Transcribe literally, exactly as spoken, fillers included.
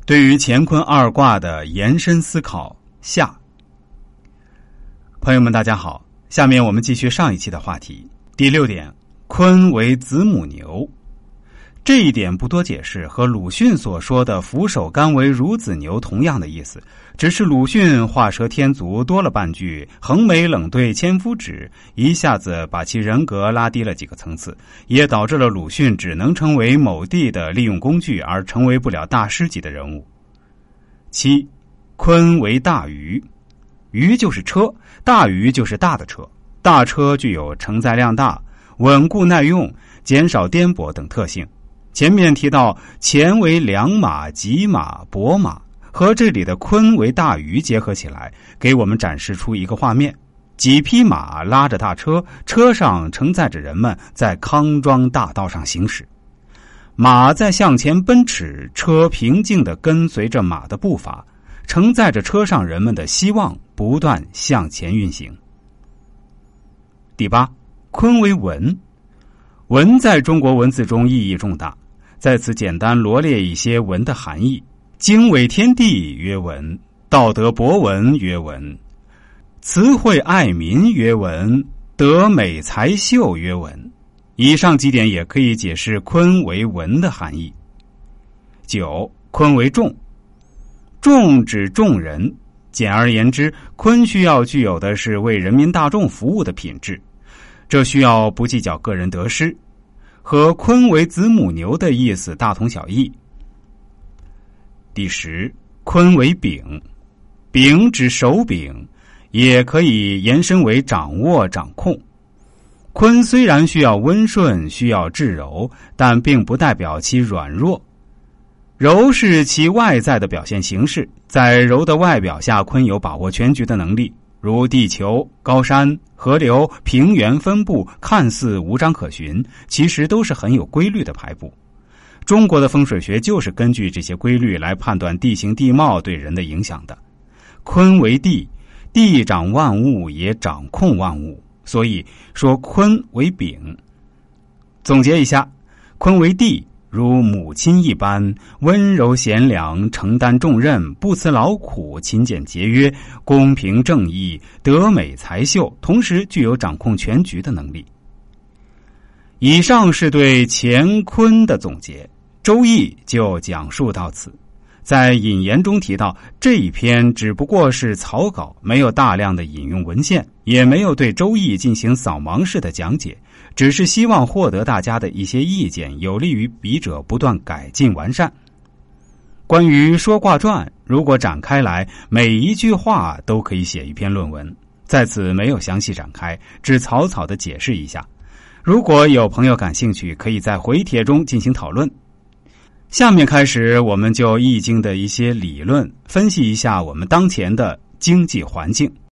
对于乾坤二卦的延伸思考下。朋友们大家好，下面我们继续上一期的话题。第六点，坤为子母牛。这一点不多解释，和鲁迅所说的俯首甘为孺子牛同样的意思，只是鲁迅画蛇添足多了半句横眉冷对千夫指，一下子把其人格拉低了几个层次，也导致了鲁迅只能成为某地的利用工具，而成为不了大师级的人物。七，坤为大鱼。鱼就是车，大鱼就是大的车，大车具有承载量大、稳固耐用、减少颠簸等特性。前面提到乾为良马、吉马、伯马，和这里的坤为大鱼结合起来，给我们展示出一个画面：几匹马拉着大车，车上承载着人们在康庄大道上行驶。马在向前奔驰，车平静地跟随着马的步伐，承载着车上人们的希望，不断向前运行。第八，坤为文。文在中国文字中意义重大，在此简单罗列一些文的含义：经纬天地曰文，道德博文曰文，词汇爱民曰文，德美才秀曰文。以上几点也可以解释坤为文的含义。九，坤为众。众指众人，简而言之，坤需要具有的是为人民大众服务的品质，这需要不计较个人得失，和坤为子母牛的意思大同小异。第十，坤为秉。秉指手柄，也可以延伸为掌握、掌控。坤虽然需要温顺，需要至柔，但并不代表其软弱。柔是其外在的表现形式，在柔的外表下，坤有把握全局的能力，如地球、高山、河流、平原分布看似无章可循，其实都是很有规律的排布。中国的风水学就是根据这些规律来判断地形地貌对人的影响的。坤为地，地掌万物，也掌控万物，所以说坤为秉。总结一下，坤为地，如母亲一般，温柔贤良，承担重任，不辞劳苦，勤俭节约，公平正义，德美才秀，同时具有掌控全局的能力。以上是对乾坤的总结，周易就讲述到此。在引言中提到，这一篇只不过是草稿，没有大量的引用文献，也没有对周易进行扫盲式的讲解，只是希望获得大家的一些意见，有利于笔者不断改进完善。关于说卦传，如果展开来，每一句话都可以写一篇论文，在此没有详细展开，只草草的解释一下。如果有朋友感兴趣，可以在回帖中进行讨论。下面开始，我们就易经的一些理论分析一下我们当前的经济环境。